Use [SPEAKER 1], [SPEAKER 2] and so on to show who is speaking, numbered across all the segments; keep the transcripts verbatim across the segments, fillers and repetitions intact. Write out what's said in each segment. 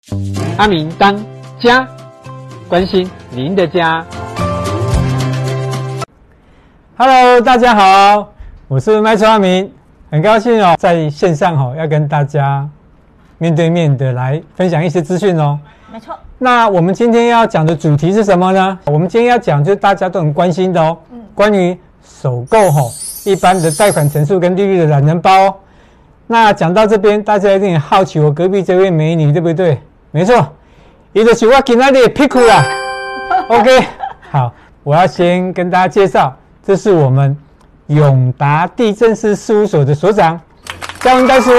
[SPEAKER 1] 阿明当家，关心您的家。Hello， 大家好，我是麦厨阿明，很高兴哦，在线上哦，要跟大家面对面的来分享一些资讯哦。
[SPEAKER 2] 没错。
[SPEAKER 1] 那我们今天要讲的主题是什么呢？我们今天要讲就是大家都很关心的哦，嗯、关于首购哦，一般的贷款成数跟利率的懒人包哦。那讲到这边，大家一定很好奇我隔壁这位美女，对不对？没错，也就是我今天的屁股啦。OK， 好，我要先跟大家介绍，这是我们永达地政士事务所的所长嘉文代书。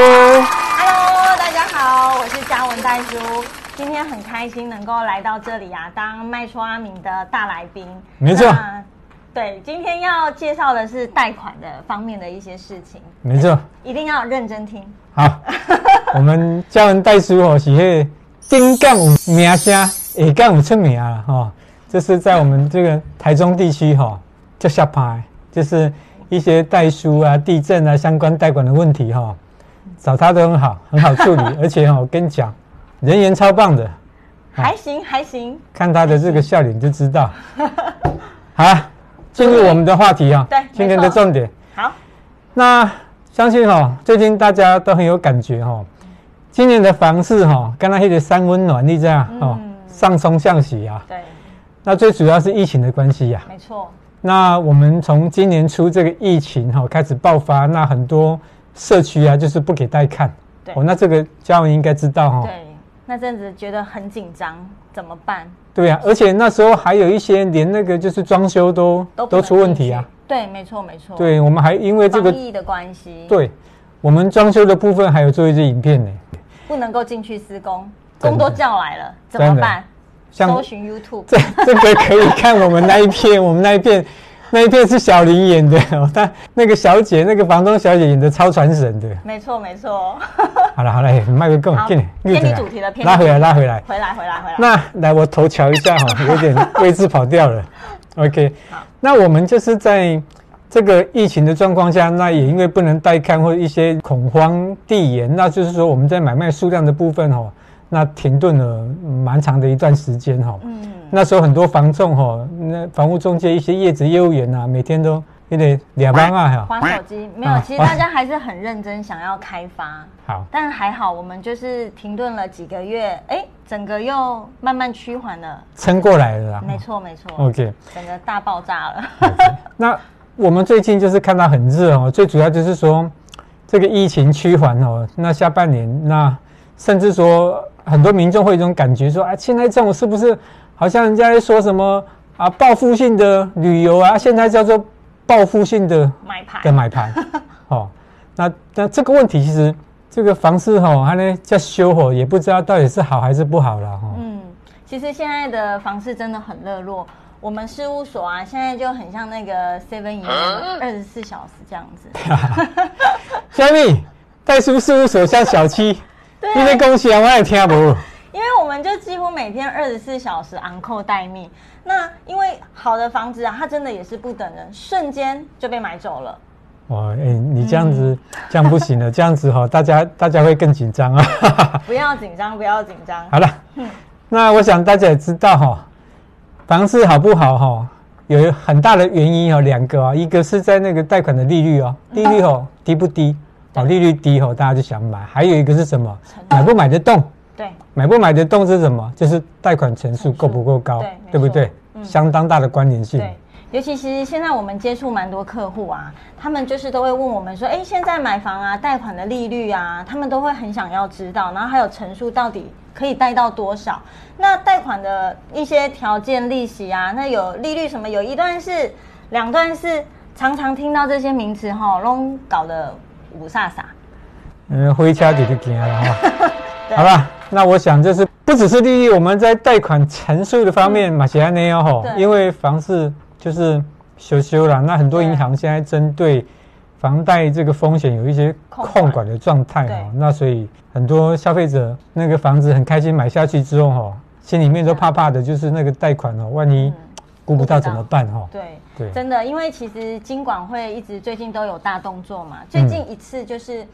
[SPEAKER 2] Hello， 大家好，我是嘉文代书。今天很开心能够来到这里啊，当麦厨阿明的大来宾。
[SPEAKER 1] 没错。
[SPEAKER 2] 对，今天要介绍的是贷款的方面的一些事情。
[SPEAKER 1] 没错，
[SPEAKER 2] 一定要认真听。
[SPEAKER 1] 好，我们嘉文代书哦，是迄顶港有名声，下港有出名啦哈。这是在我们这个台中地区哈，叫下牌，就是一些代书啊、地震啊相关贷款的问题哈，找他都很好，很好处理，而且哈，我跟你讲，人缘超棒的。
[SPEAKER 2] 还行还行，
[SPEAKER 1] 看他的这个笑脸就知道。好。进入我们的话题啊，
[SPEAKER 2] 对，
[SPEAKER 1] 今天的重点。
[SPEAKER 2] 好，
[SPEAKER 1] 那相信哈、哦，最近大家都很有感觉哈、哦。今年的房市哈、哦，刚刚那个三温暖，你知道哦，嗯、上冲向喜啊。
[SPEAKER 2] 对。那
[SPEAKER 1] 最主要是疫情的关系呀、
[SPEAKER 2] 啊。没错。
[SPEAKER 1] 那我们从今年初这个疫情哈、哦、开始爆发，那很多社区啊就是不给带看。
[SPEAKER 2] 对。
[SPEAKER 1] 哦，那这个嘉文应该知道哈、哦。
[SPEAKER 2] 对。那阵子觉得很紧张，怎么办？
[SPEAKER 1] 对啊，而且那时候还有一些连那个就是装修都都, 都出问题啊。
[SPEAKER 2] 对，没错没错。
[SPEAKER 1] 对，我们还因为这个
[SPEAKER 2] 防疫的关系，
[SPEAKER 1] 对，我们装修的部分还有做一支影片呢，
[SPEAKER 2] 不能够进去施工，工都叫来了，怎么办？搜寻 YouTube，
[SPEAKER 1] 这这个可以看我们那一片，我们那一片。那一片是小林演的哦，但那个小姐，那个房东小姐演的超传神的。
[SPEAKER 2] 没错没错。
[SPEAKER 1] 好了好了，麦克更进来，
[SPEAKER 2] 偏离主题了，偏离
[SPEAKER 1] 拉回来拉回来，
[SPEAKER 2] 回来回来回来。
[SPEAKER 1] 那来我头瞧一下哈、哦，有点位置跑掉了。OK， 好，那我们就是在这个疫情的状况下，那也因为不能带看或者一些恐慌递延，那就是说我们在买卖数量的部分哦，那停顿了蛮长的一段时间哈、哦。嗯。那时候很多房仲哈，那房屋中介一些业者业务员啊，每天都有点俩班啊，
[SPEAKER 2] 滑手机没有。其实大家还是很认真想要开发，
[SPEAKER 1] 好，
[SPEAKER 2] 但还好我们就是停顿了几个月，哎，整个又慢慢趋缓了，
[SPEAKER 1] 撑过来了啦。
[SPEAKER 2] 没错没错
[SPEAKER 1] ，OK，
[SPEAKER 2] 整个大爆炸了。
[SPEAKER 1] Okay. 那我们最近就是看到很热哦，最主要就是说这个疫情趋缓哦，那下半年那甚至说很多民众会有一种感觉说，啊，现在政府是不是？好像人家在说什么啊，报复性的旅游啊，现在叫做报复性的
[SPEAKER 2] 买盘
[SPEAKER 1] 的买盘，哦，那那这个问题其实这个房市哈、哦，它呢叫修火，也不知道到底是好还是不好了哈、哦。
[SPEAKER 2] 嗯，其实现在的房市真的很热络，我们事务所啊，现在就很像那个 seven 一样，二十四小时这样子。
[SPEAKER 1] 小米，代书事务所像小七，你在恭喜啊，我也听不。
[SPEAKER 2] 因为我们就几乎每天二十四小时昂扣待命，那因为好的房子啊，它真的也是不等人，瞬间就被买走了。
[SPEAKER 1] 哇，哎、欸，你这样子、嗯、这样不行了，这样子哈、喔，大家大家会更紧张啊。
[SPEAKER 2] 不要紧张，不要紧张。
[SPEAKER 1] 好了，嗯、那我想大家也知道哈、喔，房市好不好哈、喔，有很大的原因有两个啊，一个是在那个贷款的利率哦、喔，利率哦、喔、低不低？哦，利率低哦、喔，大家就想买。还有一个是什么？买不买得动？
[SPEAKER 2] 对，
[SPEAKER 1] 买不买得动是什么？就是贷款成数够不够高， 对, 对不对、嗯？相当大的关联性。
[SPEAKER 2] 对，尤其是现在我们接触蛮多客户啊，他们就是都会问我们说，哎，现在买房啊，贷款的利率啊，他们都会很想要知道，然后还有成数到底可以贷到多少？那贷款的一些条件、利息啊，那有利率什么？有一段是，两段是，常常听到这些名词哈，都搞得五煞煞。
[SPEAKER 1] 嗯，回家就去行了哈。好吧，那我想就是不只是利率，我们在贷款成数的方面嘛，是安尼哦，因为房市就是修修啦，那很多银行现在针对房贷这个风险有一些控管的状态哦，那所以很多消费者那个房子很开心买下去之后哦，心里面都怕怕的，就是那个贷款哦，万一顾不到怎么办哦？
[SPEAKER 2] 对对，真的，因为其实金管会一直最近都有大动作嘛，最近一次就是。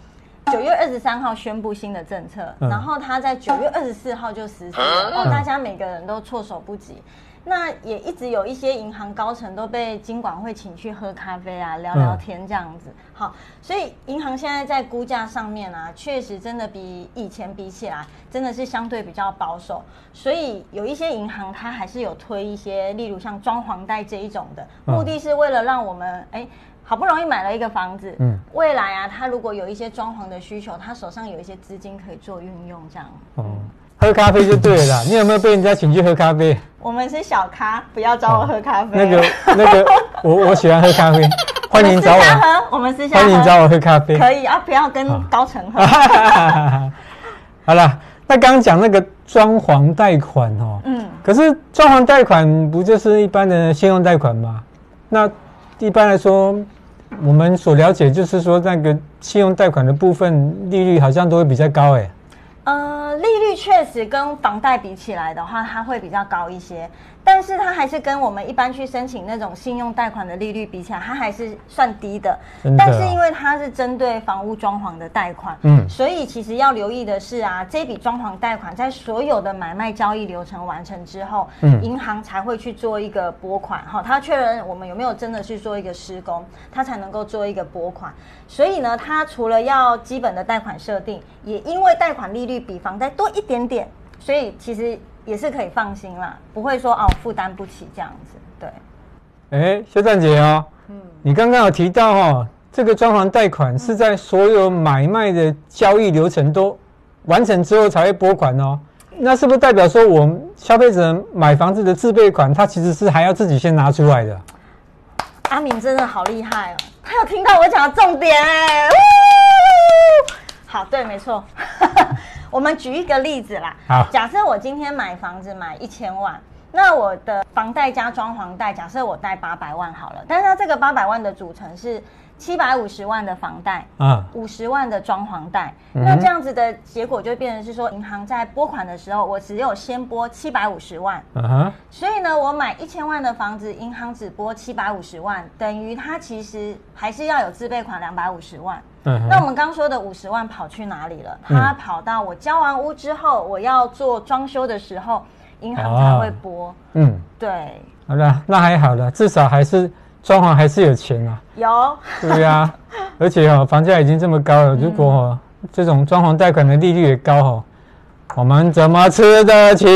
[SPEAKER 2] 九月二十三号宣布新的政策，嗯、然后他在九月二十四号就实施了，哦，大家每个人都措手不及。那也一直有一些银行高层都被金管会请去喝咖啡啊，聊聊天这样子。嗯、好，所以银行现在在估价上面啊，确实真的比以前比起来，真的是相对比较保守。所以有一些银行它还是有推一些，例如像装潢贷这一种的，目的是为了让我们哎。好不容易买了一个房子，嗯，未来啊，他如果有一些装潢的需求，他手上有一些资金可以做运用，这样。哦，
[SPEAKER 1] 喝咖啡就对了啦。你有没有被人家请去喝咖啡？
[SPEAKER 2] 我们是小咖，不要找我喝咖啡。
[SPEAKER 1] 哦、那个那个，我我喜欢喝咖啡，欢迎找我。
[SPEAKER 2] 我喝，我们私下喝。
[SPEAKER 1] 欢迎找我喝咖啡。
[SPEAKER 2] 可以啊，不要跟高层喝。
[SPEAKER 1] 好了，那刚刚讲那个装潢贷款哦，嗯，可是装潢贷款不就是一般的信用贷款吗？那一般来说。我们所了解就是说，那个信用贷款的部分利率好像都会比较高，哎。
[SPEAKER 2] 呃，利率确实跟房贷比起来的话，它会比较高一些，但是它还是跟我们一般去申请那种信用贷款的利率比起来，它还是算低的。真的。但是因为它是针对房屋装潢的贷款，嗯，所以其实要留意的是啊，这笔装潢贷款在所有的买卖交易流程完成之后，嗯，银行才会去做一个拨款，哈，它确认我们有没有真的去做一个施工，它才能够做一个拨款。所以呢，它除了要基本的贷款设定，也因为贷款利率比房贷多一点点，所以其实也是可以放心啦，不会说哦负担不起这样子。对，
[SPEAKER 1] 哎，修湛姐哦，嗯，你刚刚有提到哦，这个装潢贷款是在所有买卖的交易流程都完成之后才会拨款哦，那是不是代表说我们消费者买房子的自备款，它其实是还要自己先拿出来的？
[SPEAKER 2] 阿明真的好厉害哦，他有听到我讲的重点哎。好，对，没错。我们举一个例子啦。好，假设我今天买房子买一千万，那我的房贷加装潢贷，假设我贷八百万好了，但是它这个八百万的组成是七百五十万的房贷，啊，五十万的装潢贷，嗯、那这样子的结果就变成是说，银行在拨款的时候，我只有先拨七百五十万，uh-huh. 所以呢，我买一千万的房子，银行只拨七百五十万，等于它其实还是要有自备款两百五十万。Uh-huh. 那我们刚说的五十万跑去哪里了？它跑到我交完屋之后，我要做装修的时候，银行才会拨。嗯，对。
[SPEAKER 1] 好了，那还好了，至少还是。装潢还是有钱啊，
[SPEAKER 2] 有，
[SPEAKER 1] 对啊，而且哦，房价已经这么高了，如果、哦嗯、这种装潢贷款的利率也高哦，我们怎么吃得起？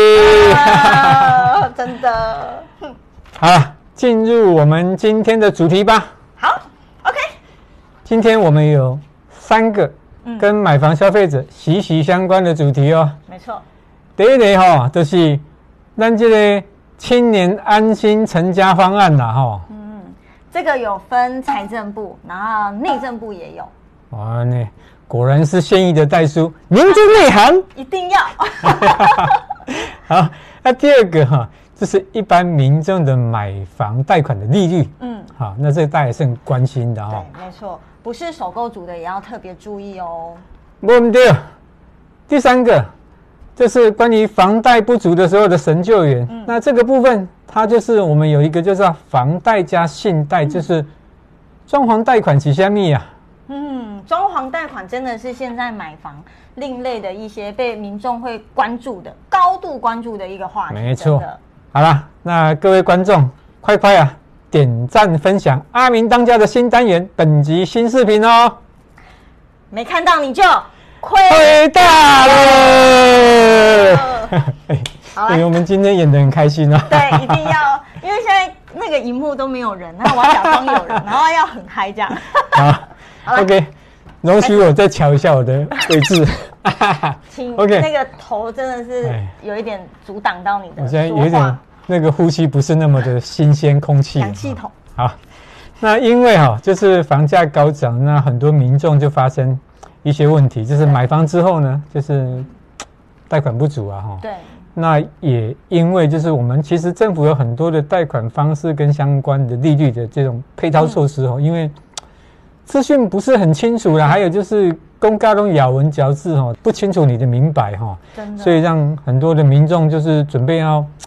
[SPEAKER 2] 啊、真的。
[SPEAKER 1] 好了，进入我们今天的主题吧。
[SPEAKER 2] 好 ，OK。
[SPEAKER 1] 今天我们有三个跟买房消费者息息相关的主题哦。
[SPEAKER 2] 没错。
[SPEAKER 1] 第一个哈、哦，就是咱这个青年安心成家方案啦，哈。
[SPEAKER 2] 嗯，这个有分财政部，然后内政部也有。
[SPEAKER 1] 哇，那果然是现役的代书，民族内涵
[SPEAKER 2] 一定要。
[SPEAKER 1] 好，那第二个哈，就是一般民众的买房贷款的利率。嗯，好，那这个大家也是很关心的哈。
[SPEAKER 2] 对，没错，不是首购族的也要特别注意哦。
[SPEAKER 1] 没问题。第三个。就是关于房贷不足的时候的神救援、嗯、那这个部分它就是我们有一个就是房贷加信贷、嗯、就是装潢贷款是什么呀？
[SPEAKER 2] 嗯，装潢贷款真的是现在买房另类的一些被民众会关注的高度关注的一个话题。
[SPEAKER 1] 没错。好啦，那各位观众快快啊点赞分享阿明当家的新单元本集新视频哦，
[SPEAKER 2] 没看到你就
[SPEAKER 1] 亏大了！好，因为我们今天演得很开心啊。
[SPEAKER 2] 对，一定要，因为现在那个荧幕都没有人，然后我要假装有人，然后要很嗨这样。
[SPEAKER 1] 好 ，OK， 容许我再瞧一下我的位置。
[SPEAKER 2] 请 OK， 那个头真的是有一点阻挡到你的说话。我现在
[SPEAKER 1] 有一点那个呼吸不是那么的新鲜空气。
[SPEAKER 2] 氧气筒。
[SPEAKER 1] 好，那因为哈、哦，就是房价高涨，那很多民众就发生一些问题，就是买房之后呢，就是贷款不足啊，哈。对。那也因为就是我们其实政府有很多的贷款方式跟相关的利率的这种配套措施哦，嗯、因为资讯不是很清楚啦，还有就是公告中咬文嚼字哈，不清楚你的明白哈，真的，所以让很多的民众就是准备要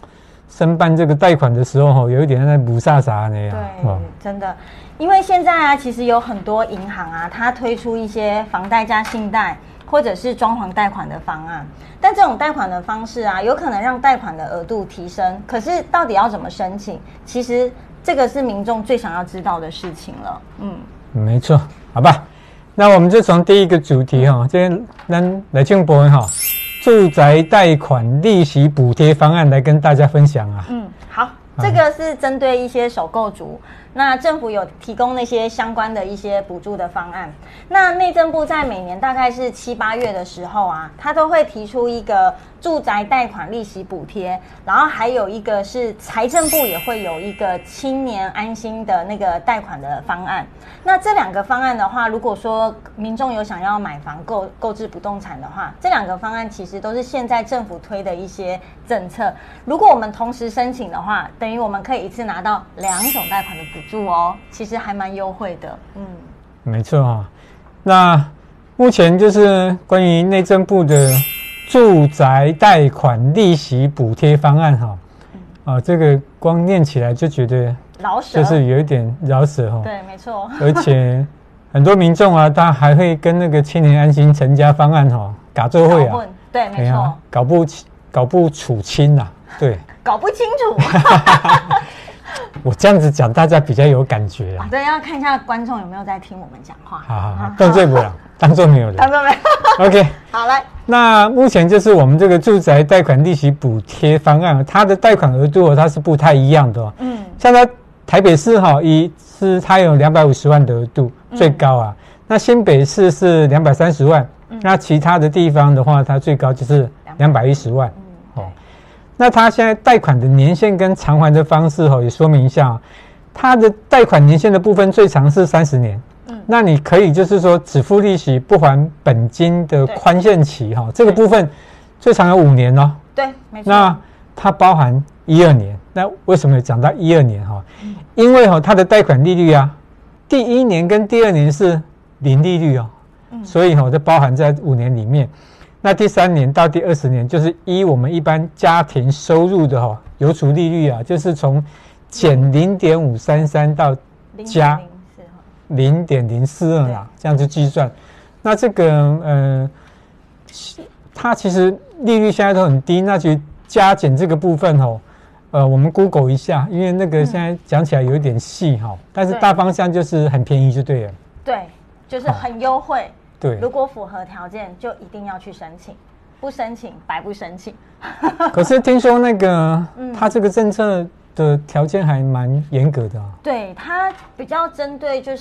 [SPEAKER 1] 申办这个贷款的时候哈，有一点在补煞煞那样。
[SPEAKER 2] 对，哦、真的，因为现在啊，其实有很多银行啊，它推出一些房贷加信贷，或者是装潢贷款的方案。但这种贷款的方式啊，有可能让贷款的额度提升，可是到底要怎么申请？其实这个是民众最想要知道的事情了。嗯，
[SPEAKER 1] 没错，好吧。那我们就从第一个主题哈，今天咱来庆博哈。住宅贷款利息补贴方案来跟大家分享啊。
[SPEAKER 2] 嗯，好，这个是针对一些首购族，那政府有提供那些相关的一些补助的方案。那内政部在每年大概是七八月的时候啊，它都会提出一个住宅贷款利息补贴，然后还有一个是财政部也会有一个青年安心的那个贷款的方案。那这两个方案的话，如果说民众有想要买房购购置不动产的话，这两个方案其实都是现在政府推的一些政策。如果我们同时申请的话，等于我们可以一次拿到两种贷款的补助哦，其实还蛮优惠的。嗯，
[SPEAKER 1] 没错啊。那目前就是关于内政部的住宅贷款利息补贴方案哈，嗯、啊，这个光念起来就觉得。
[SPEAKER 2] 老舍
[SPEAKER 1] 就是有一点饶舌哈，
[SPEAKER 2] 对，没错。
[SPEAKER 1] 而且很多民众啊，他还会跟那个青年安心成家方案哈搞作会啊，
[SPEAKER 2] 对，没错，
[SPEAKER 1] 搞不搞不处清呐、啊，对，
[SPEAKER 2] 搞不清楚。
[SPEAKER 1] 我这样子讲，大家比较有感觉啊。
[SPEAKER 2] 对，要看一下观众有没有在听我们讲话。
[SPEAKER 1] 好好好，当作不了，当作没有人，
[SPEAKER 2] 当作没有。
[SPEAKER 1] OK，
[SPEAKER 2] 好来。
[SPEAKER 1] 那目前就是我们这个住宅贷款利息补贴方案，它的贷款额度它是不太一样的哦。嗯，像它。台北市哈一是它有两百五十万的额度最高啊，嗯、那新北市是两百三十万，嗯、那其他的地方的话，它最高就是两百一十万。嗯、哦，那它现在贷款的年限跟偿还的方式哈，也说明一下、哦，它的贷款年限的部分最长是三十年，嗯，那你可以就是说只付利息不还本金的宽限期哈，这个部分最长有五年哦。
[SPEAKER 2] 对，没错。
[SPEAKER 1] 那它包含一二年。那为什么讲到一二年哈？因为哈它的贷款利率啊，第一年跟第二年是零利率哦，所以哈这包含在五年里面。那第三年到第二十年就是依我们一般家庭收入的哈有处利率啊，就是从减零点五三三到加零点零四二啦，这样子计算。那这个呃，它其实利率现在都很低，那就加减这个部分哦。呃，我们 Google 一下，因为那个现在讲起来有一点细哈、嗯，但是大方向就是很便宜就对了。对，
[SPEAKER 2] 就是很优惠。哦、
[SPEAKER 1] 对，
[SPEAKER 2] 如果符合条件，就一定要去申请，不申请白不申请。
[SPEAKER 1] 可是听说那个，嗯、他这个政策的条件还蛮严格的啊。
[SPEAKER 2] 对，它比较针对就是，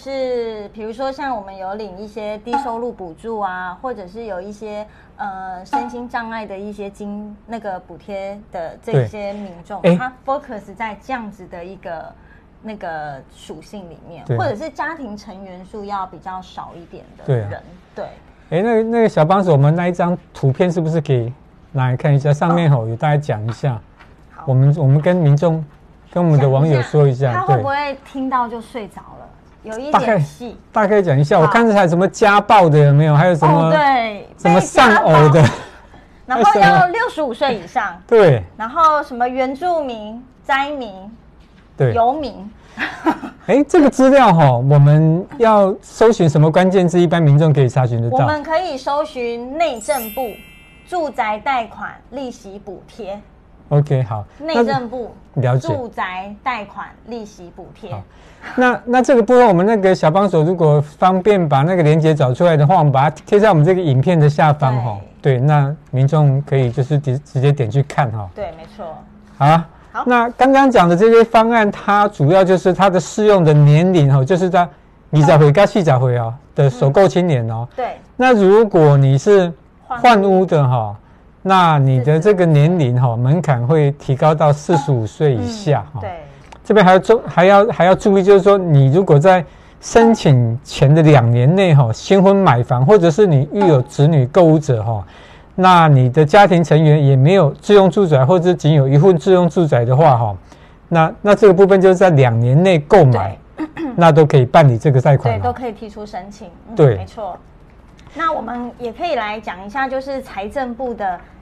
[SPEAKER 2] 比如说像我们有领一些低收入补助啊，或者是有一些。呃，身心障碍的一些经那个补贴的这些民众，他 focus 在这样子的一个那个属性里面，或者是家庭成员数要比较少一点的人，对。
[SPEAKER 1] 哎、啊，那那个小帮手，我们那一张图片是不是可以拿来看一下？上面吼、哦、有大概讲一下，我们我们跟民众跟我们的网友说一下，
[SPEAKER 2] 他会不会听到就睡着了？有一点细，
[SPEAKER 1] 大概讲一下。我看这还有什么家暴的有没有？还有什么？
[SPEAKER 2] 哦、对，
[SPEAKER 1] 什么丧偶的？
[SPEAKER 2] 然后要六十五岁以上。
[SPEAKER 1] 对。
[SPEAKER 2] 然后什么原住民、灾民、
[SPEAKER 1] 对
[SPEAKER 2] 游民。
[SPEAKER 1] 哎，这个资料哈，我们要搜寻什么关键字？一般民众可以查询得到。
[SPEAKER 2] 我们可以搜寻内政部住宅贷款利息补贴。
[SPEAKER 1] OK， 好。
[SPEAKER 2] 内政部
[SPEAKER 1] 了解
[SPEAKER 2] 住宅贷款利息补贴。
[SPEAKER 1] 那那这个部分，我们那个小帮手如果方便把那个链接找出来的话，我们把它贴在我们这个影片的下方哈。对，那民众可以就是直直接点去看哈。
[SPEAKER 2] 对，没错。
[SPEAKER 1] 好啊。好，那刚刚讲的这些方案，它主要就是它的适用的年龄哈，就是在二十岁到四十岁哦的首购青年哦。
[SPEAKER 2] 对。
[SPEAKER 1] 那如果你是换屋的哈。那你的这个年龄哈门槛会提高到四十五岁以下哈、嗯。对，这边还要注还要还要注意，就是说你如果在申请前的两年内哈新婚买房，或者是你育有子女购屋者哈，那你的家庭成员也没有自用住宅，或者仅有一户自用住宅的话哈，那那这个部分就是在两年内购买，那都可以办理这个贷款，
[SPEAKER 2] 对，都可以提出申请。
[SPEAKER 1] 嗯、对，
[SPEAKER 2] 没错。那我们也可以来讲一下，就是财政部的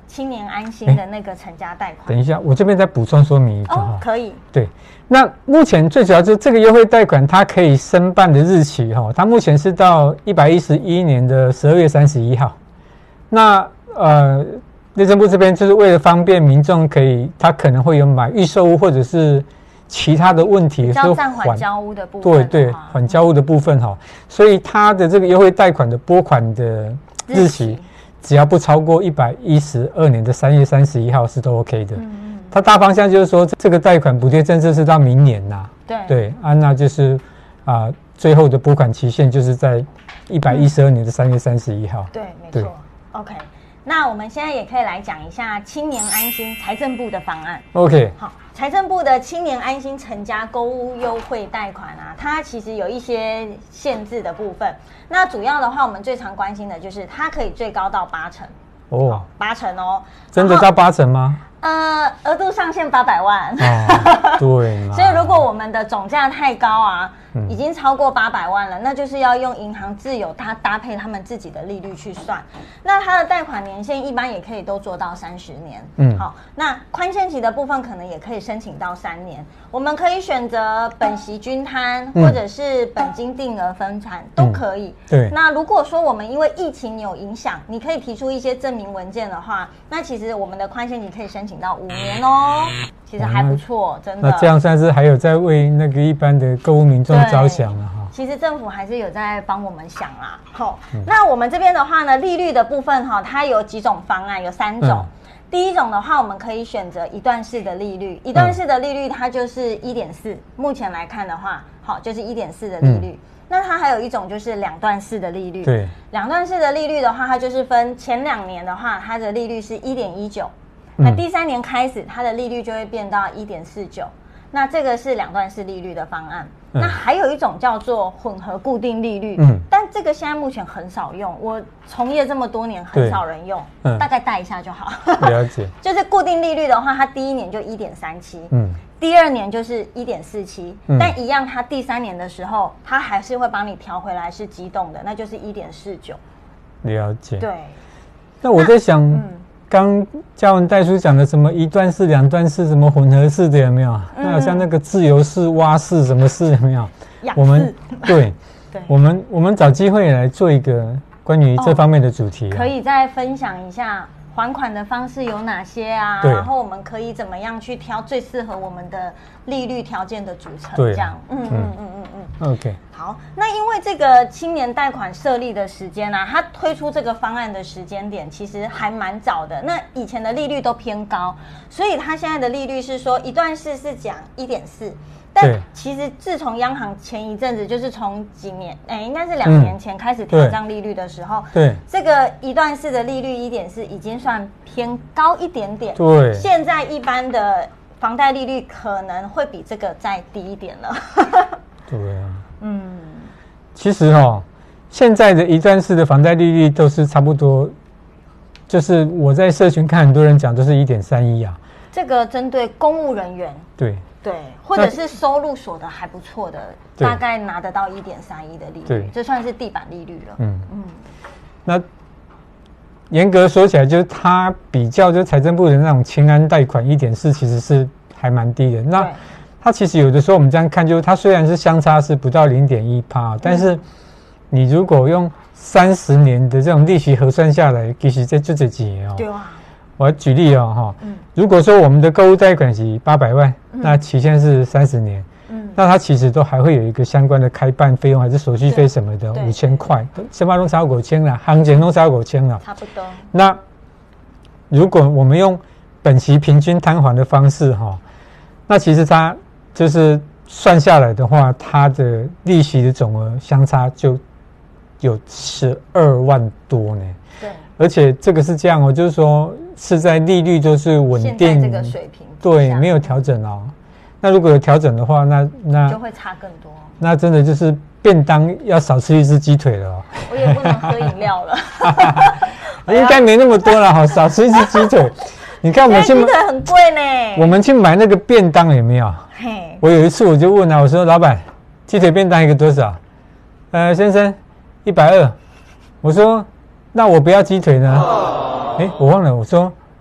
[SPEAKER 2] 青年安心的那个成家贷款。
[SPEAKER 1] 等一下，我这边再补充说明一个
[SPEAKER 2] 哦，可以。
[SPEAKER 1] 对，那目前最主要就是这个优惠贷款，它可以申办的日期哈，它目前是到一百一十一年的十二月三十一号。那呃，内政部这边就是为了方便民众，可以他可能会有买预售屋或者是其他的问题，
[SPEAKER 2] 是暂缓交屋的部分。
[SPEAKER 1] 对对，缓交屋的部分哈，所以它的这个优惠贷款的拨款的日期，只要不超过一百一十二年的三月三十一号是都 OK 的。嗯，它大方向就是说，这个贷款补贴政策是到明年呐。
[SPEAKER 2] 对
[SPEAKER 1] 对啊，那就是啊、呃，最后的拨款期限就是在一百一十二年的三月三十一号。
[SPEAKER 2] 对，没错。OK， 那我们现在也可以来讲一下青年安心财政部的方案。
[SPEAKER 1] OK，
[SPEAKER 2] 好，财政部的青年安心成家购屋优惠贷款啊，它其实有一些限制的部分。那主要的话，我们最常关心的就是它可以最高到八成。哦，八成哦，
[SPEAKER 1] 真的到八成吗？
[SPEAKER 2] 呃，额度上限八百万。
[SPEAKER 1] 哦，对嘛。
[SPEAKER 2] 所以如果我们的总价太高啊，嗯、已经超过八百万了，那就是要用银行自有它搭配他们自己的利率去算。那它的贷款年限一般也可以都做到三十年。嗯，好，那宽限期的部分可能也可以申请到三年。我们可以选择本息均摊，或者是本金定额分摊、嗯、都可以。
[SPEAKER 1] 对。
[SPEAKER 2] 那如果说我们因为疫情有影响，你可以提出一些证明文件的话，那其实我们的宽限期可以申请到五年哦，其实还不错，真的。
[SPEAKER 1] 那这样算是还有在为那个一般的购物民众着想了哈。
[SPEAKER 2] 其实政府还是有在帮我们想啦。好、嗯，那我们这边的话呢，利率的部分哈，它有几种方案，有三种。嗯、第一种的话，我们可以选择一段式的利率，一段式的利率它就是一点四，目前来看的话，好就是一点四的利率。嗯，那它还有一种就是两段式的利率。
[SPEAKER 1] 对，
[SPEAKER 2] 两段式的利率的话，它就是分前两年的话，它的利率是 一点一九。那第三年开始，它的利率就会变到 一点四九，那这个是两段式利率的方案。嗯、那还有一种叫做混合固定利率，嗯，但这个现在目前很少用，我从业这么多年很少人用，嗯、大概带一下就好。
[SPEAKER 1] 了解。
[SPEAKER 2] 就是固定利率的话，它第一年就 一点三七，嗯，第二年就是 一点四七，嗯，但一样，它第三年的时候，它还是会帮你调回来是机动的，那就是 一点四九。
[SPEAKER 1] 了解。
[SPEAKER 2] 对。
[SPEAKER 1] 那我在想，嗯。刚嘉文代书讲的什么一段式、两段式、什么混合式的有没有？嗯、那好像那个自由式、蛙式什么式有没有？我们对，对，我们我们找机会来做一个关于这方面的主题、啊哦，
[SPEAKER 2] 可以再分享一下还款的方式有哪些啊？然后我们可以怎么样去挑最适合我们的利率条件的组成？
[SPEAKER 1] 对，
[SPEAKER 2] 这样，嗯嗯嗯嗯
[SPEAKER 1] 嗯 ，OK。
[SPEAKER 2] 好，那因为这个青年贷款设立的时间啊，它推出这个方案的时间点其实还蛮早的。那以前的利率都偏高，所以它现在的利率是说一段式是讲 一点四。但其实自从央行前一阵子，就是从几年，哎，应该是两年前开始调降利率的时候，
[SPEAKER 1] 对，
[SPEAKER 2] 这个一段式的利率 一点四 已经算偏高一点点。
[SPEAKER 1] 对，
[SPEAKER 2] 现在一般的房贷利率可能会比这个再低一点了。
[SPEAKER 1] 对啊，嗯，其实哦，现在的一段式的房贷利率都是差不多，就是我在社群看很多人讲都是 一点三一 啊。
[SPEAKER 2] 这个针对公务人员。
[SPEAKER 1] 对。
[SPEAKER 2] 对，或者是收入所得还不错的，大概拿得到 一点三一 的利率，这算是地板利率了。嗯嗯。那
[SPEAKER 1] 严格说起来，就是它比较就财政部的那种青安贷款 一点四，其实是还蛮低的。那它其实有的时候我们这样看，就是它虽然是相差是不到 零点一趴，但是你如果用三十年的这种利息核算下来，其实这就这几年哦。
[SPEAKER 2] 对啊。
[SPEAKER 1] 我举例哦，哈、嗯，如果说我们的购物贷款是八百万，嗯、那期限是三十年，嗯，那它其实都还会有一个相关的开办费用还是手续费什么的，五千块，什么都超过千了，行情都超过千了，
[SPEAKER 2] 差不多。
[SPEAKER 1] 那如果我们用本息平均摊还的方式哈，那其实它就是算下来的话，它的利息的总额相差就有十二万多呢。
[SPEAKER 2] 对，
[SPEAKER 1] 而且这个是这样哦，就是说是在利率就是稳定
[SPEAKER 2] 这个水平，
[SPEAKER 1] 对，没有调整哦。那如果有调整的话，那那
[SPEAKER 2] 就会差更多。
[SPEAKER 1] 那真的就是便当要少吃一只鸡腿了哦。
[SPEAKER 2] 我也不能喝饮料了。
[SPEAKER 1] 应该没那么多了哈，少吃一只鸡腿。你看我们去
[SPEAKER 2] 鸡腿很贵呢。
[SPEAKER 1] 我们去买那个便当有没有？嘿，我有一次我就问啊，我说老板，鸡腿便当一个多少？呃，先生，一百二。我说。那我不要鸡腿呢？哎、欸，我忘了，我说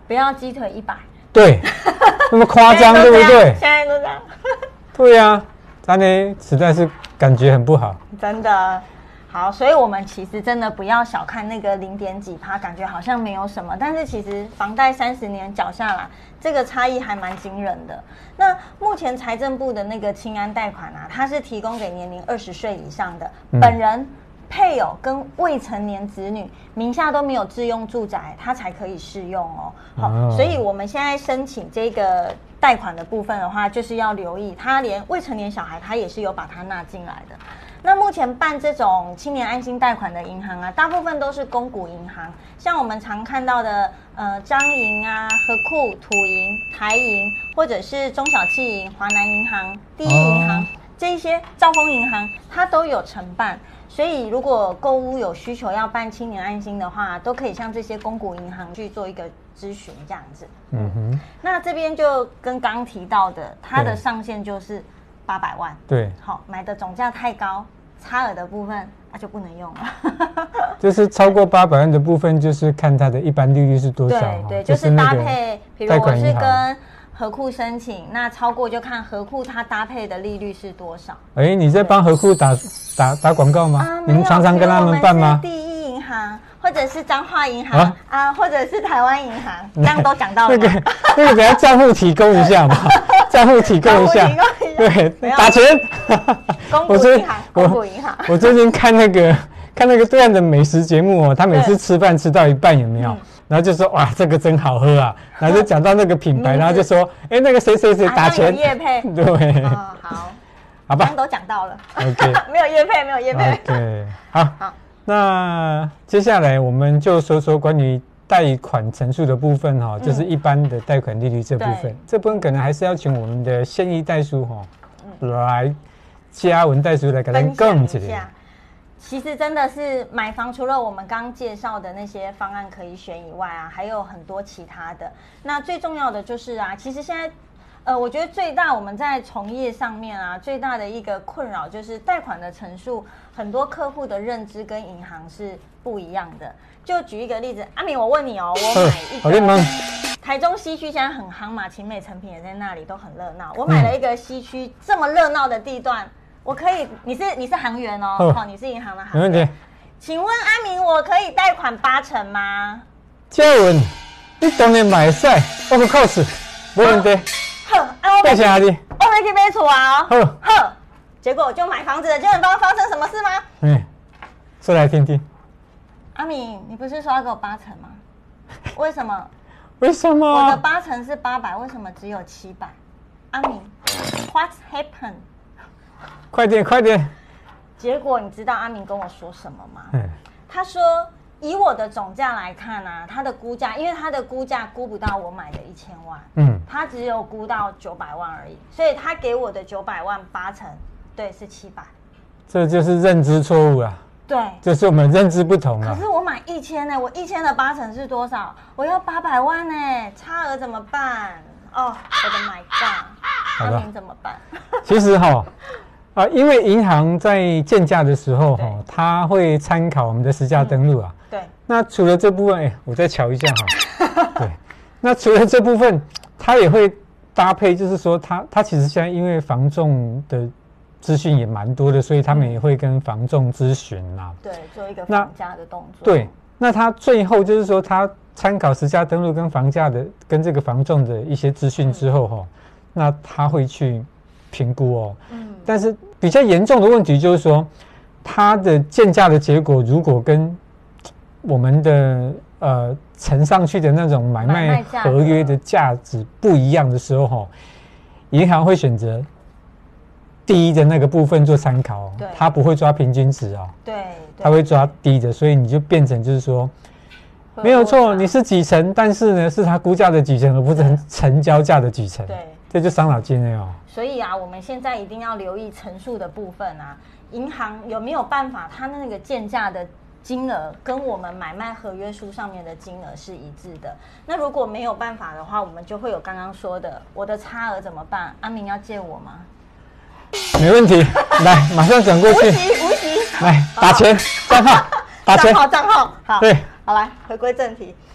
[SPEAKER 2] 不要鸡腿一百，
[SPEAKER 1] 对，那么夸张，对不对？
[SPEAKER 2] 现在都这样，
[SPEAKER 1] 对呀、啊，咱呢实在是感觉很不好，
[SPEAKER 2] 真的。好，所以我们其实真的不要小看那个零点几趴，感觉好像没有什么，但是其实房贷三十年缴下来，这个差异还蛮惊人的。那目前财政部的那个青安贷款啊，它是提供给年龄二十岁以上的、嗯、本人、配偶跟未成年子女名下都没有自用住宅，它才可以适用哦。好，哦、所以我们现在申请这个贷款的部分的话，就是要留意，它连未成年小孩，它也是有把它纳进来的。那目前办这种青年安心贷款的银行啊，大部分都是公股银行，像我们常看到的，呃，彰银啊、和库、土银、台银，或者是中小企银、华南银行、第一银行、哦、这一些兆丰银行，它都有承办。所以，如果购屋有需求要办青年安心的话，都可以向这些公股银行去做一个咨询，这样子。嗯哼。那这边就跟刚刚提到的，它的上限就是八百万。对。好，买的总价太高，差额的部分那、啊、就不能用了。
[SPEAKER 1] 就是超过八百万的部分，就是看它的一般利率是多少。
[SPEAKER 2] 对对，就是搭配，比如我是跟和库申请，那超过就看和库它搭配的利率是多少。
[SPEAKER 1] 哎、欸，你在帮和库打打打广告吗？
[SPEAKER 2] 啊，
[SPEAKER 1] 你们常常跟他们办吗？
[SPEAKER 2] 第一银行，或者是彰化银行 啊, 啊，或者是台湾银行，这样都讲到了。那个
[SPEAKER 1] 那个，等下账户提供一下嘛，账户提供一下。对，打钱。
[SPEAKER 2] 公股银行，公股银行。
[SPEAKER 1] 我最近看那个看那个对岸的美食节目哦，他每次吃饭吃到一半有没有？嗯，然后就说哇，这个真好喝啊！然后就讲到那个品牌，然后就说，哎，那个谁谁谁打钱，
[SPEAKER 2] 业配，
[SPEAKER 1] 对，
[SPEAKER 2] 哦，好，
[SPEAKER 1] 好吧，
[SPEAKER 2] 刚都讲到了
[SPEAKER 1] ，OK，
[SPEAKER 2] 没有业配，没有业配
[SPEAKER 1] ，OK， 好，好，那接下来我们就说说关于贷款成数的部分哈，就是一般的贷款利率这部分，这部分可能还是要请我们的现役代书哈来嘉文代书来给大家讲一下。
[SPEAKER 2] 其实真的是买房，除了我们刚介绍的那些方案可以选以外啊，还有很多其他的。那最重要的就是啊，其实现在，呃，我觉得最大我们在从业上面啊，最大的一个困扰就是贷款的成数，很多客户的认知跟银行是不一样的。就举一个例子，阿明，我问你哦，我买一个台中西区现在很夯嘛，勤美诚品也在那里，都很热闹。我买了一个西区这么热闹的地段。我可以，你是你是行员哦，好、哦，你是银行的行员，没问题。请问阿明，我可以贷款八成吗？
[SPEAKER 1] 嘉文，你当然买赛，我不扣死，没问题。
[SPEAKER 2] 呵，啊，我
[SPEAKER 1] 没钱啊你，
[SPEAKER 2] 我没去买厝啊哦。
[SPEAKER 1] 呵
[SPEAKER 2] 呵，结果就买房子了，结果你知道发生什么事吗？
[SPEAKER 1] 嗯，说来听听。
[SPEAKER 2] 阿明，你不是说要给我八成吗？为什么？
[SPEAKER 1] 为什么？
[SPEAKER 2] 我的八成是八百，为什么只有七百？阿明 ，What's happened？
[SPEAKER 1] 快点快点！
[SPEAKER 2] 结果你知道阿明跟我说什么吗？嗯，他说以我的总价来看啊，他的估价，因为他的估价估不到我买的一千万，嗯，他只有估到九百万而已，所以他给我的九百万八成，对，是七百。
[SPEAKER 1] 这就是认知错误啊！
[SPEAKER 2] 对，
[SPEAKER 1] 就是我们认知不同啊。
[SPEAKER 2] 可是我买一千呢，我一千的八成是多少？我要八百万呢，差额怎么办？哦，我的 my god！ 阿明怎么办？
[SPEAKER 1] 其实哈。啊，因为银行在建价的时候，哈，它会参考我们的实价登录啊。
[SPEAKER 2] 嗯、对。
[SPEAKER 1] 那除了这部分，哎、欸，我再瞧一下哈。对。那除了这部分，它也会搭配，就是说它，它其实现在因为房仲的资讯也蛮多的，所以他们也会跟房仲咨询啦。
[SPEAKER 2] 对，做一个房价的动作。
[SPEAKER 1] 对。那它最后就是说，它参考实价登录跟房价的跟这个房仲的一些资讯之后，哈、嗯，那他会去评估哦。嗯。但是比较严重的问题就是说，它的建价的结果如果跟我们的呃呈上去的那种买卖合约的价值不一样的时候，哈，银行会选择低的那个部分做参考哦，它不会抓平均值哦，
[SPEAKER 2] 对，
[SPEAKER 1] 它会抓低的，所以你就变成就是说，没有错，你是几成，但是呢是它估价的几成，而不是成交价的几成，
[SPEAKER 2] 对。
[SPEAKER 1] 这就伤脑筋了哦。
[SPEAKER 2] 所以啊，我们现在一定要留意成数的部分啊，银行有没有办法，它那个建价的金额跟我们买卖合约书上面的金额是一致的。那如果没有办法的话，我们就会有刚刚说的，我的差额怎么办？阿明要借我吗？
[SPEAKER 1] 没问题，来，马上转过去。
[SPEAKER 2] 无息无息，
[SPEAKER 1] 来打钱，账号，打钱，
[SPEAKER 2] 账号账号，好，
[SPEAKER 1] 对，
[SPEAKER 2] 好来回归正题。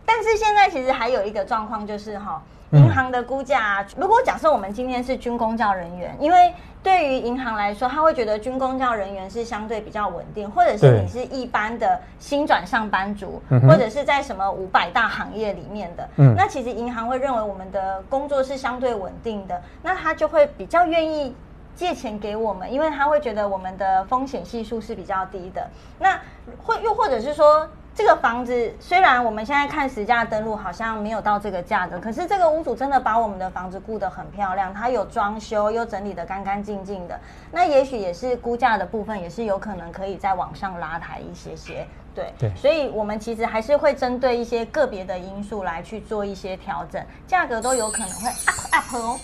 [SPEAKER 2] 但是现在其实还有一个状况就是哈。银行的估价、啊，如果假设我们今天是军公教人员，因为对于银行来说，他会觉得军公教人员是相对比较稳定，或者是你是一般的新转上班族，或者是在什么五百大行业里面的，嗯、那其实银行会认为我们的工作是相对稳定的，那他就会比较愿意借钱给我们，因为他会觉得我们的风险系数是比较低的。那会又或者是说。这个房子虽然我们现在看实价登录好像没有到这个价格，可是这个屋主真的把我们的房子顾得很漂亮，它有装修又整理得干干净净的，那也许也是估价的部分也是有可能可以再往上拉抬一些些，对，对，所以我们其实还是会针对一些个别的因素来去做一些调整，价格都有可能会 up up 哦。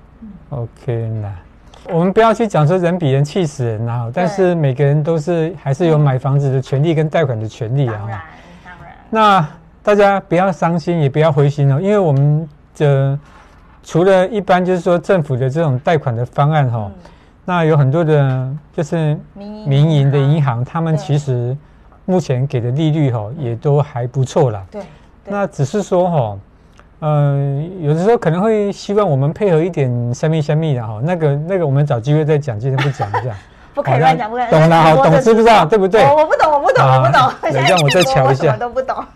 [SPEAKER 1] OK 那。我们不要去讲说人比人气死人啊，但是每个人都是还是有买房子的权利跟贷款的权利啊。
[SPEAKER 2] 当然，当然。
[SPEAKER 1] 那大家不要伤心，也不要灰心哦，因为我们的除了一般就是说政府的这种贷款的方案哈、哦嗯，那有很多的就是民营的银行，他们其实目前给的利率哈、哦、也都还不错啦。
[SPEAKER 2] 对。
[SPEAKER 1] 那只是说哈、哦。呃，有的时候可能会希望我们配合一点神秘神秘的哈，那个那个我们找机会再讲，今天不讲这样。
[SPEAKER 2] 不可以乱讲，不可以。
[SPEAKER 1] 懂了，好，懂知不知道？对不对？
[SPEAKER 2] 我我不懂，我不懂，我不懂。
[SPEAKER 1] 让我再瞧一下。
[SPEAKER 2] 我什么都不懂。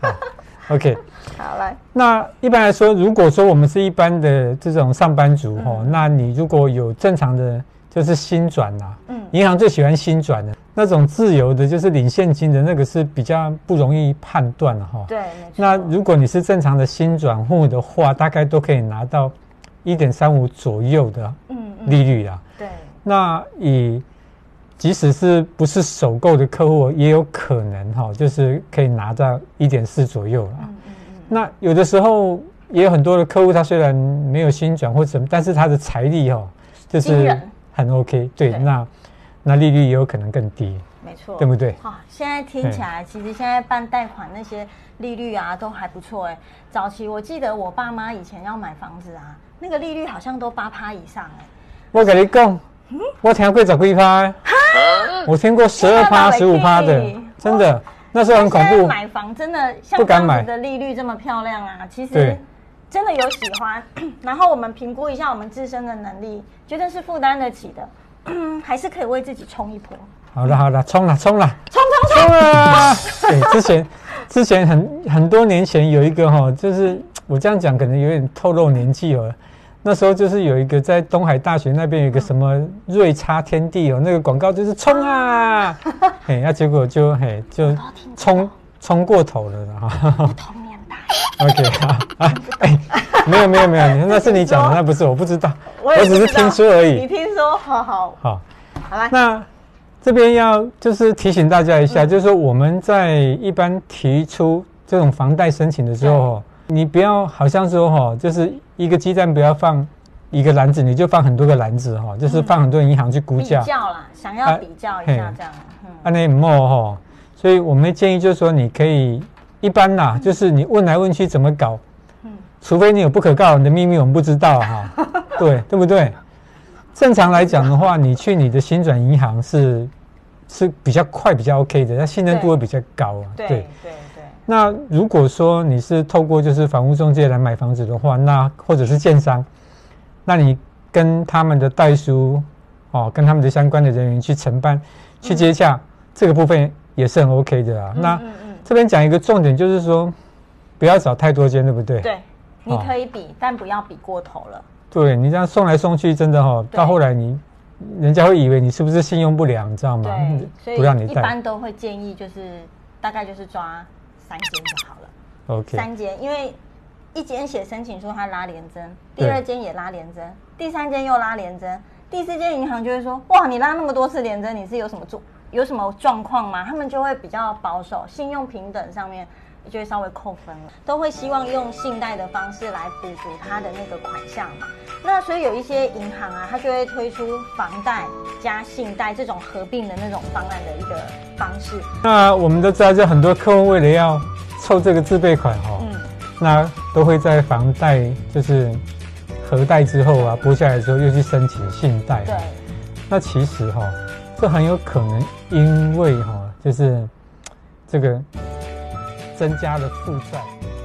[SPEAKER 1] OK，
[SPEAKER 2] 好来。
[SPEAKER 1] 那一般来说，如果说我们是一般的这种上班族哈、嗯，那你如果有正常的，就是薪转呐，嗯，银行最喜欢薪转的那种自由的，就是领现金的那个是比较不容易判断的哈。
[SPEAKER 2] 对，
[SPEAKER 1] 那如果你是正常的薪转户的话，大概都可以拿到 一点三五 左右的利率啦。
[SPEAKER 2] 嗯嗯、对。
[SPEAKER 1] 那以即使是不是首购的客户，也有可能哈，就是可以拿到 一点四 左右啦。嗯嗯嗯。那有的时候也有很多的客户，他虽然没有薪转或什么，但是他的财力哈，就是很 OK。对，对那那利率也有可能更低。
[SPEAKER 2] 没错，
[SPEAKER 1] 对不对？
[SPEAKER 2] 好、哦，现在听起来，其实现在办贷款那些利率啊，都还不错哎。早期我记得我爸妈以前要买房子啊，那个利率好像都八趴以上哎。
[SPEAKER 1] 我跟你讲，嗯、我听过十几趴，我听过十二趴、十五趴的，真的，那时候很恐怖。
[SPEAKER 2] 买房真的像这样子的利率这么漂亮啊，其实真的有喜欢。然后我们评估一下我们自身的能力，觉得是负担得起的，还是可以为自己冲一波。
[SPEAKER 1] 好了好了，冲了冲了，
[SPEAKER 2] 冲冲冲
[SPEAKER 1] 啊！对，之前之前很很多年前有一个哈，就是我这样讲可能有点透露年纪哦。那时候就是有一个在东海大学那边有一个什么瑞差天地哦，那个广告就是冲啊，嘿，那、啊、结果就嘿就冲冲过头了哈。
[SPEAKER 2] 不同年代。
[SPEAKER 1] OK 好啊，哎，没有没有没有，那是你讲的，那不是我不知道，我, 我只是听说而已。
[SPEAKER 2] 你听说，好好
[SPEAKER 1] 好，
[SPEAKER 2] 好来
[SPEAKER 1] 那。这边要就是提醒大家一下，嗯、就是说我们在一般提出这种房贷申请的时候，你不要好像说哈，就是一个鸡蛋不要放一个篮子，你就放很多个篮子哈，就是放很多银行去估价。
[SPEAKER 2] 比较啦，想要比较一下这样。
[SPEAKER 1] 啊，那没哈，所以我们建议就是说，你可以一般啦，嗯、就是你问来问去怎么搞，嗯，除非你有不可告人的秘密，我们不知道哈，对对不对？正常来讲的话，你去你的薪转银行是是比较快、比较 OK 的，它信任度会比较高啊。
[SPEAKER 2] 对对 对, 对。
[SPEAKER 1] 那如果说你是透过就是房屋中介来买房子的话，那或者是建商，那你跟他们的代书哦，跟他们的相关的人员去承办、去接洽，嗯、这个部分也是很 OK 的啊。嗯、那、嗯嗯、这边讲一个重点，就是说不要找太多间，对不对？
[SPEAKER 2] 对，你可以比，哦、但不要比过头了。
[SPEAKER 1] 对，你这样送来送去，真的哈、哦，到后来你人家会以为你是不是信用不良，你知道吗？
[SPEAKER 2] 对，所以不让你贷。一般都会建议就是大概就是抓三间就好了。
[SPEAKER 1] OK，
[SPEAKER 2] 三间，因为一间写申请书他拉联征，第二间也拉联征，第三间又拉联征，第四间银行就会说，哇，你拉那么多次联征，你是有什么做有什么状况吗？他们就会比较保守，信用平等上面。就会稍微扣分了，都会希望用信贷的方式来补足它的那个款项嘛。那所以有一些银行啊，它就会推出房贷加信贷这种合并的那种方案的一个方式。
[SPEAKER 1] 那我们都知道，就很多客户为了要凑这个自备款哦，嗯，那都会在房贷就是核贷之后啊，拨下来之后又去申请信贷。
[SPEAKER 2] 对。
[SPEAKER 1] 那其实哈、哦，这很有可能因为哈、哦，就是这个。增加了负债。